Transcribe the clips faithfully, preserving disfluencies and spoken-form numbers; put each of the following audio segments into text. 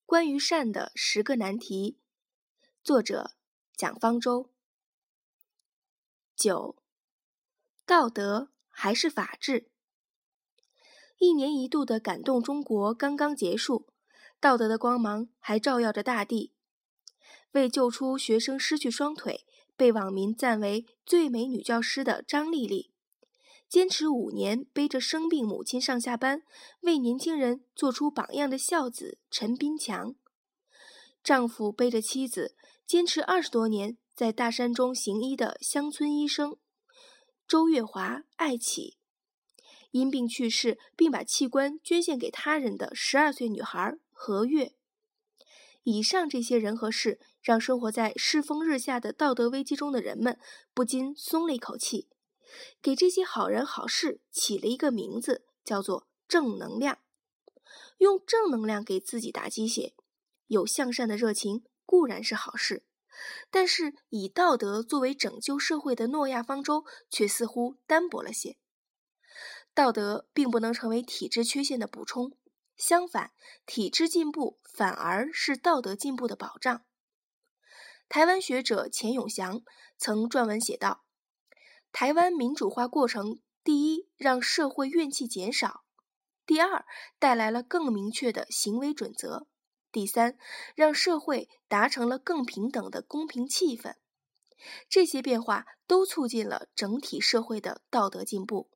关于善的十个难题，作者蒋方舟。九，道德还是法治？一年一度的感动中国刚刚结束，道德的光芒还照耀着大地。为救出学生失去双腿，被网民赞为最美女教师的张丽丽，坚持五年背着生病母亲上下班，为年轻人做出榜样的孝子陈斌强，丈夫背着妻子坚持二十多年在大山中行医的乡村医生周月华爱启，因病去世并把器官捐献给他人的十二岁女孩何月。以上这些人和事，让生活在世风日下的道德危机中的人们不禁松了一口气，给这些好人好事起了一个名字，叫做正能量。用正能量给自己打鸡血，有向善的热情固然是好事，但是以道德作为拯救社会的诺亚方舟却似乎单薄了些。道德并不能成为体制缺陷的补充，相反，体制进步反而是道德进步的保障。台湾学者钱永祥曾撰文写道，台湾民主化过程，第一，让社会怨气减少；第二，带来了更明确的行为准则；第三，让社会达成了更平等的公平气氛。这些变化都促进了整体社会的道德进步。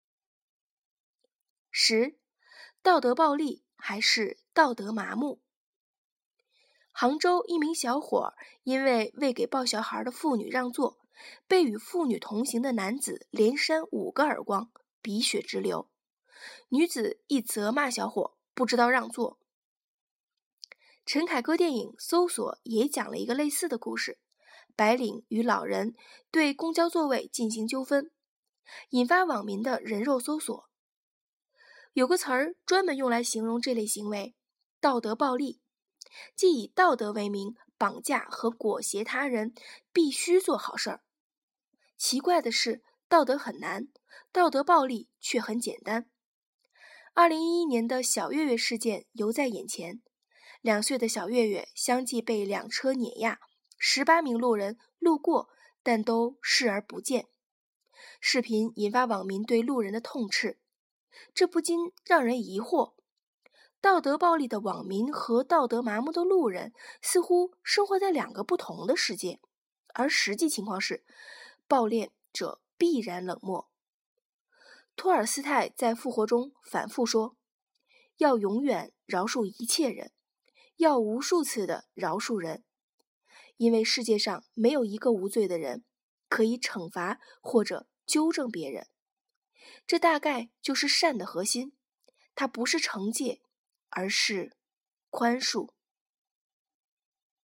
十，道德暴力还是道德麻木？杭州一名小伙因为未给抱小孩的妇女让座，被与妇女同行的男子连扇五个耳光，鼻血直流。女子一责骂小伙不知道让座。陈凯歌电影《搜索》也讲了一个类似的故事，白领与老人对公交座位进行纠纷，引发网民的人肉搜索。有个词儿专门用来形容这类行为，道德暴力，即以道德为名绑架和裹挟他人必须做好事儿。奇怪的是，道德很难，道德暴力却很简单。二零一一年的小月月事件犹在眼前，两岁的小月月相继被两车碾压，十八名路人路过但都视而不见。视频引发网民对路人的痛斥，这不禁让人疑惑，道德暴力的网民和道德麻木的路人似乎生活在两个不同的世界，而实际情况是，暴练者必然冷漠。托尔斯泰在《复活》中反复说，要永远饶恕一切人，要无数次的饶恕人，因为世界上没有一个无罪的人可以惩罚或者纠正别人。这大概就是善的核心，它不是惩戒，而是宽恕。